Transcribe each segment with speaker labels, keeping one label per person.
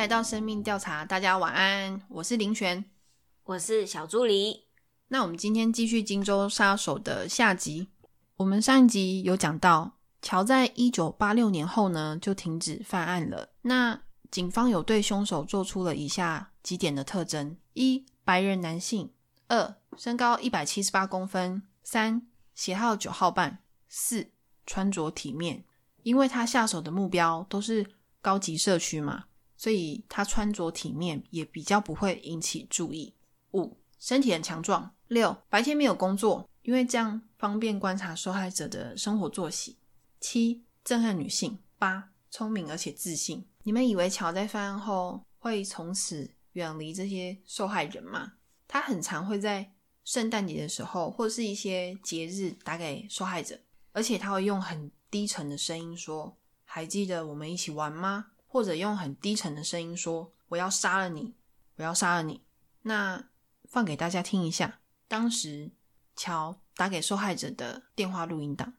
Speaker 1: 来到生命调查，大家晚安，我是林璇，
Speaker 2: 我是小助理。
Speaker 1: 那我们今天继续荆州杀手的下集。我们上一集有讲到乔在1986年后呢就停止犯案了，那警方有对凶手做出了以下几点的特征：一、白人男性；二、身高178公分；三、鞋号9号半；四、穿着体面。因为他下手的目标都是高级社区嘛，所以他穿着体面也比较不会引起注意。五、身体很强壮。六、白天没有工作，因为这样方便观察受害者的生活作息。七、憎恨女性。八、聪明而且自信。你们以为乔在犯案后会从此远离这些受害人吗？他很常会在圣诞节的时候或是一些节日打给受害者，而且他会用很低沉的声音说，还记得我们一起玩吗？或者用很低沉的声音说，我要杀了你，我要杀了你。那放给大家听一下当时乔打给受害者的电话录音档。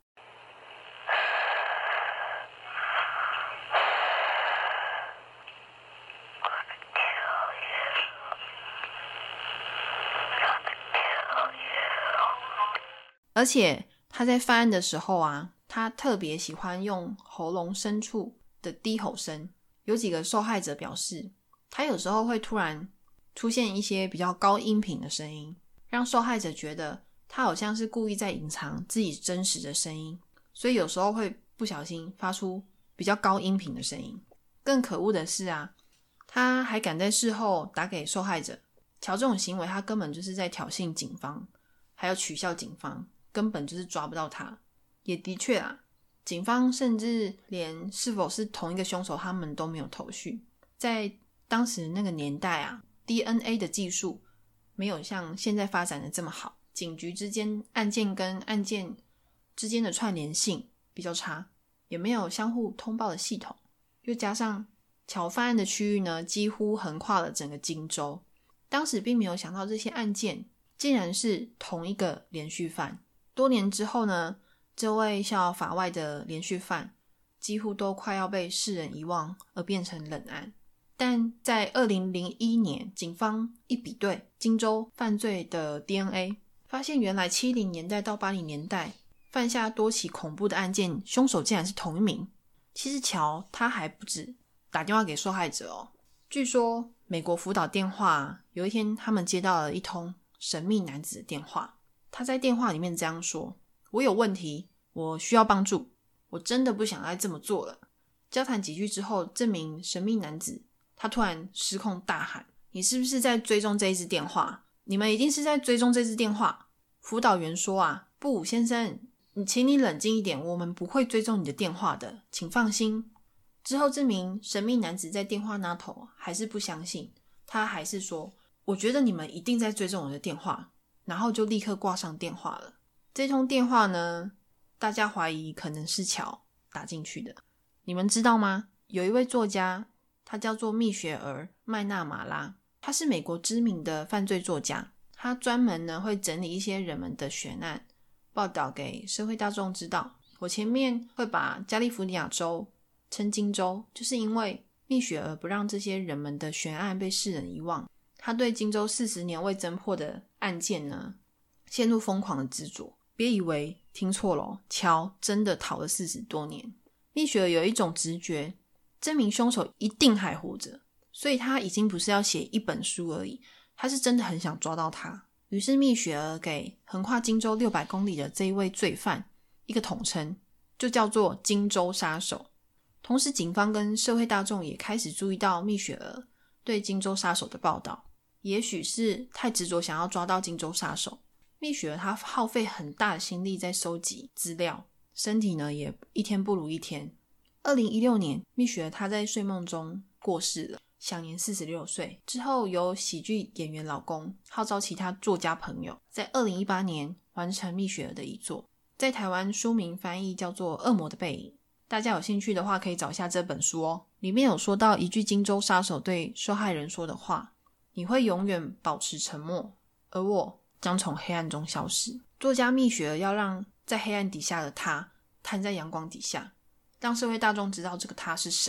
Speaker 1: 而且他在犯案的时候啊，他特别喜欢用喉咙深处的低吼声。有几个受害者表示，他有时候会突然出现一些比较高音频的声音，让受害者觉得他好像是故意在隐藏自己真实的声音，所以有时候会不小心发出比较高音频的声音。更可恶的是啊，他还敢在事后打给受害者。乔这种行为他根本就是在挑衅警方，还有取笑警方，根本就是抓不到他。也的确啊，警方甚至连是否是同一个凶手他们都没有头绪。在当时那个年代啊， DNA 的技术没有像现在发展的这么好，警局之间案件跟案件之间的串联性比较差，也没有相互通报的系统，又加上乔犯案的区域呢几乎横跨了整个荆州，当时并没有想到这些案件竟然是同一个连续犯。多年之后呢，这位逍遥法外的连续犯几乎都快要被世人遗忘而变成冷案。但在2001年，警方一比对荆州犯罪的 DNA， 发现原来70年代到80年代犯下多起恐怖的案件，凶手竟然是同一名。其实乔他还不止打电话给受害者哦，据说美国福岛电话有一天他们接到了一通神秘男子的电话，他在电话里面这样说，我有问题，我需要帮助，我真的不想再这么做了。交谈几句之后，这名神秘男子他突然失控大喊，你是不是在追踪这一支电话？你们一定是在追踪这支电话。辅导员说啊，不，先生，请你冷静一点，我们不会追踪你的电话的，请放心。之后这名神秘男子在电话那头还是不相信，他还是说，我觉得你们一定在追踪我的电话，然后就立刻挂上电话了。这通电话呢，大家怀疑可能是乔打进去的。你们知道吗？有一位作家，他叫做蜜雪儿·麦纳马拉，他是美国知名的犯罪作家，他专门呢会整理一些人们的悬案，报道给社会大众知道。我前面会把加利福尼亚州称荆州，就是因为蜜雪儿不让这些人们的悬案被世人遗忘，他对荆州40年未侦破的案件呢陷入疯狂的执着。别以为听错了，乔真的逃了40多年。蜜雪儿有一种直觉，这名凶手一定还活着，所以他已经不是要写一本书而已，他是真的很想抓到他。于是蜜雪儿给横跨荆州600公里的这一位罪犯一个统称，就叫做荆州杀手。同时警方跟社会大众也开始注意到蜜雪儿对荆州杀手的报道，也许是太执着想要抓到荆州杀手，蜜雪儿她耗费很大的心力在收集资料，身体呢也一天不如一天。2016年，蜜雪儿她在睡梦中过世了，享年46岁。之后由喜剧演员老公号召其他作家朋友，在2018年完成蜜雪儿的遗作，在台湾书名翻译叫做《恶魔的背影》。大家有兴趣的话可以找一下这本书哦。里面有说到一句荆州杀手对受害人说的话，你会永远保持沉默，而我将从黑暗中消失。作家蜜雪儿要让在黑暗底下的他摊在阳光底下，让社会大众知道这个他是谁。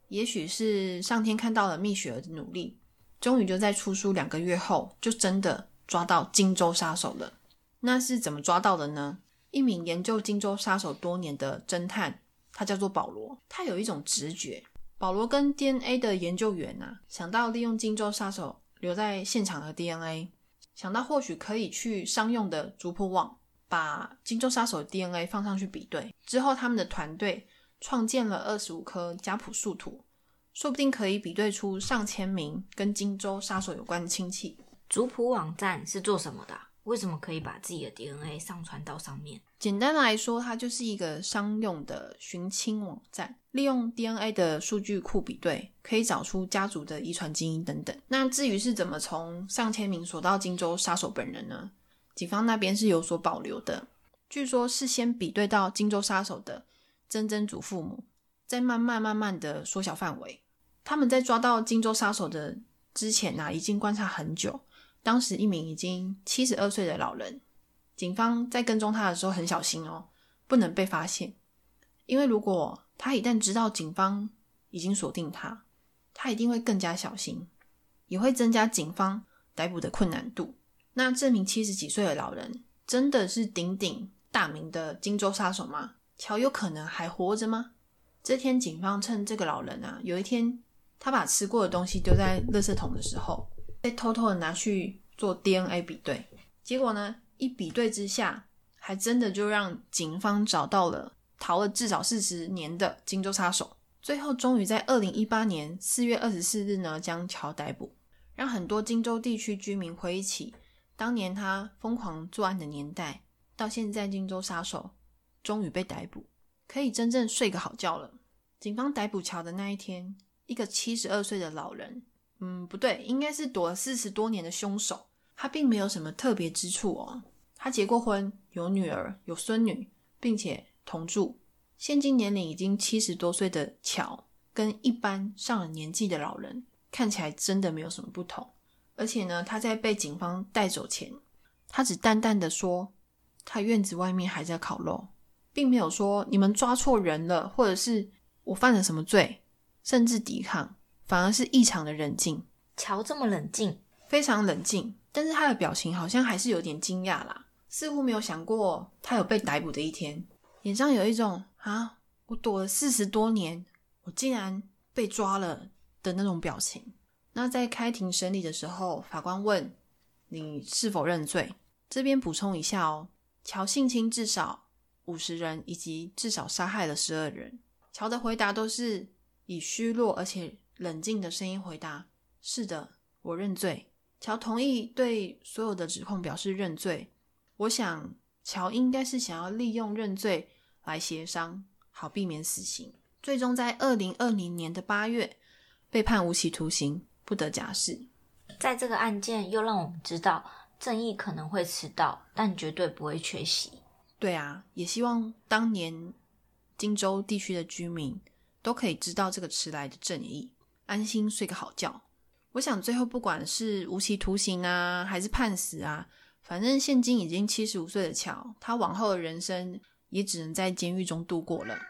Speaker 1: 也许是上天看到了蜜雪儿的努力，终于就在出书2个月后，就真的抓到荆州杀手了。那是怎么抓到的呢？一名研究荆州杀手多年的侦探，他叫做保罗，他有一种直觉。保罗跟 DNA 的研究员想到利用荆州杀手留在现场的 DNA， 想到或许可以去商用的族谱网把荆州杀手的 DNA 放上去比对，之后他们的团队创建了25颗家谱树图，说不定可以比对出上千名跟荆州杀手有关的亲戚。
Speaker 2: 族谱网站是做什么的为什么可以把自己的 DNA 上传到上面？
Speaker 1: 简单来说，它就是一个商用的寻亲网站，利用 DNA 的数据库比对，可以找出家族的遗传基因等等。那至于是怎么从上千名锁到荆州杀手本人呢？警方那边是有所保留的，据说是先比对到荆州杀手的曾曾祖父母，再慢慢的缩小范围。他们在抓到荆州杀手的之前已经观察很久，当时一名已经72岁的老人，警方在跟踪他的时候很小心不能被发现，因为如果他一旦知道警方已经锁定他，他一定会更加小心，也会增加警方逮捕的困难度。那这名70几岁的老人真的是鼎鼎大名的荆州杀手吗？乔有可能还活着吗？这天警方趁这个老人有一天他把吃过的东西丢在垃圾桶的时候，被偷偷的拿去做 DNA 比对，结果呢一比对之下，还真的就让警方找到了逃了至少40年的荆州杀手。最后终于在2018年4月24日呢将乔逮捕，让很多荆州地区居民回忆起当年他疯狂作案的年代，到现在荆州杀手终于被逮捕，可以真正睡个好觉了。警方逮捕乔的那一天，一个72岁的老人不对，应该是躲了40多年的凶手，他并没有什么特别之处他结过婚，有女儿有孙女，并且同住。现今年龄已经70多岁的乔跟一般上了年纪的老人看起来真的没有什么不同。而且呢，他在被警方带走前，他只淡淡的说他院子外面还在烤肉，并没有说你们抓错人了，或者是我犯了什么罪，甚至抵抗，反而是异常的冷静。
Speaker 2: 乔这么冷静，
Speaker 1: 非常冷静，但是他的表情好像还是有点惊讶啦，似乎没有想过他有被逮捕的一天，脸上有一种我躲了40多年，我竟然被抓了的那种表情。那在开庭审理的时候，法官问你是否认罪，这边补充一下乔性侵至少50人，以及至少杀害了12人。乔的回答都是以虚弱而且冷静的声音回答，是的，我认罪。乔同意对所有的指控表示认罪。我想乔应该是想要利用认罪来协商，好避免死刑。最终在2020年的8月被判无期徒刑，不得假释。
Speaker 2: 在这个案件又让我们知道正义可能会迟到，但绝对不会缺席。
Speaker 1: 对啊，也希望当年荆州地区的居民都可以知道这个迟来的正义，安心睡个好觉。我想最后不管是无期徒刑还是判死反正现今已经75岁的乔，他往后的人生也只能在监狱中度过了。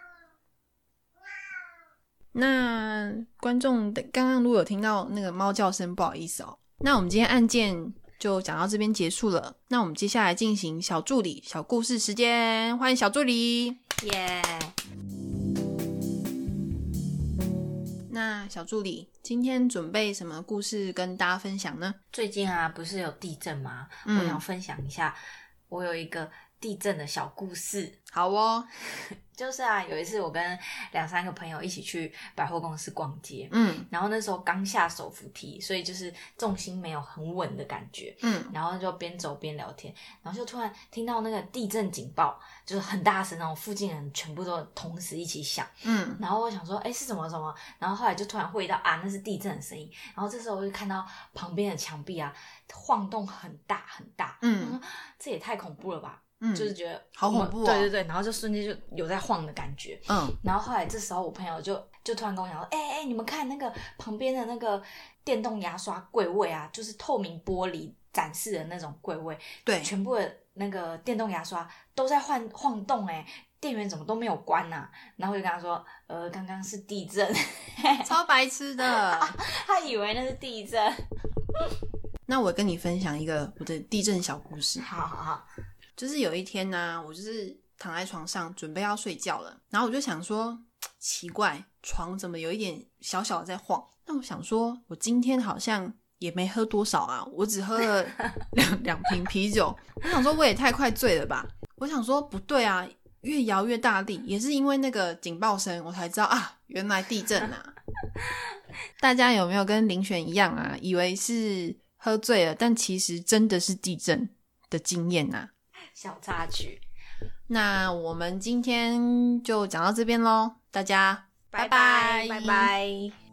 Speaker 1: 那观众刚刚如果有听到那个猫叫声，不好意思那我们今天案件就讲到这边结束了。那我们接下来进行小助理小故事时间，欢迎小助理
Speaker 2: 耶、
Speaker 1: 那小助理今天准备什么故事跟大家分享呢？
Speaker 2: 最近不是有地震吗？我想分享一下我有一个地震的小故事。
Speaker 1: 好
Speaker 2: 就是有一次我跟2-3个朋友一起去百货公司逛街，然后那时候刚下手扶梯，所以就是重心没有很稳的感觉，然后就边走边聊天，然后就突然听到那个地震警报，就是很大声，那种附近人全部都同时一起响，然后我想说是什么，然后后来就突然会到那是地震的声音，然后这时候我就看到旁边的墙壁晃动很大很大，这也太恐怖了吧，就是觉得
Speaker 1: 好恐怖
Speaker 2: 对，然后就瞬间就有在晃的感觉，然后后来这时候我朋友就突然跟我讲说，你们看那个旁边的那个电动牙刷柜位就是透明玻璃展示的那种柜位，
Speaker 1: 对，
Speaker 2: 全部的那个电动牙刷都在晃动电源怎么都没有关啊？然后我就跟他说，刚刚是地震。
Speaker 1: 超白痴的。
Speaker 2: 他以为那是地震。
Speaker 1: 那我跟你分享一个我的地震小故事。
Speaker 2: 好好好。
Speaker 1: 就是有一天呢，我就是躺在床上准备要睡觉了，然后我就想说，奇怪，床怎么有一点小小的在晃？那我想说，我今天好像也没喝多少啊，我只喝了两瓶啤酒。我想说我也太快醉了吧。我想说不对啊，越摇越大力，也是因为那个警报声我才知道啊，原来地震啊。大家有没有跟林璇一样啊，以为是喝醉了，但其实真的是地震的经验啊？
Speaker 2: 小插曲。
Speaker 1: 那我们今天就讲到这边咯，大家拜
Speaker 2: 拜拜。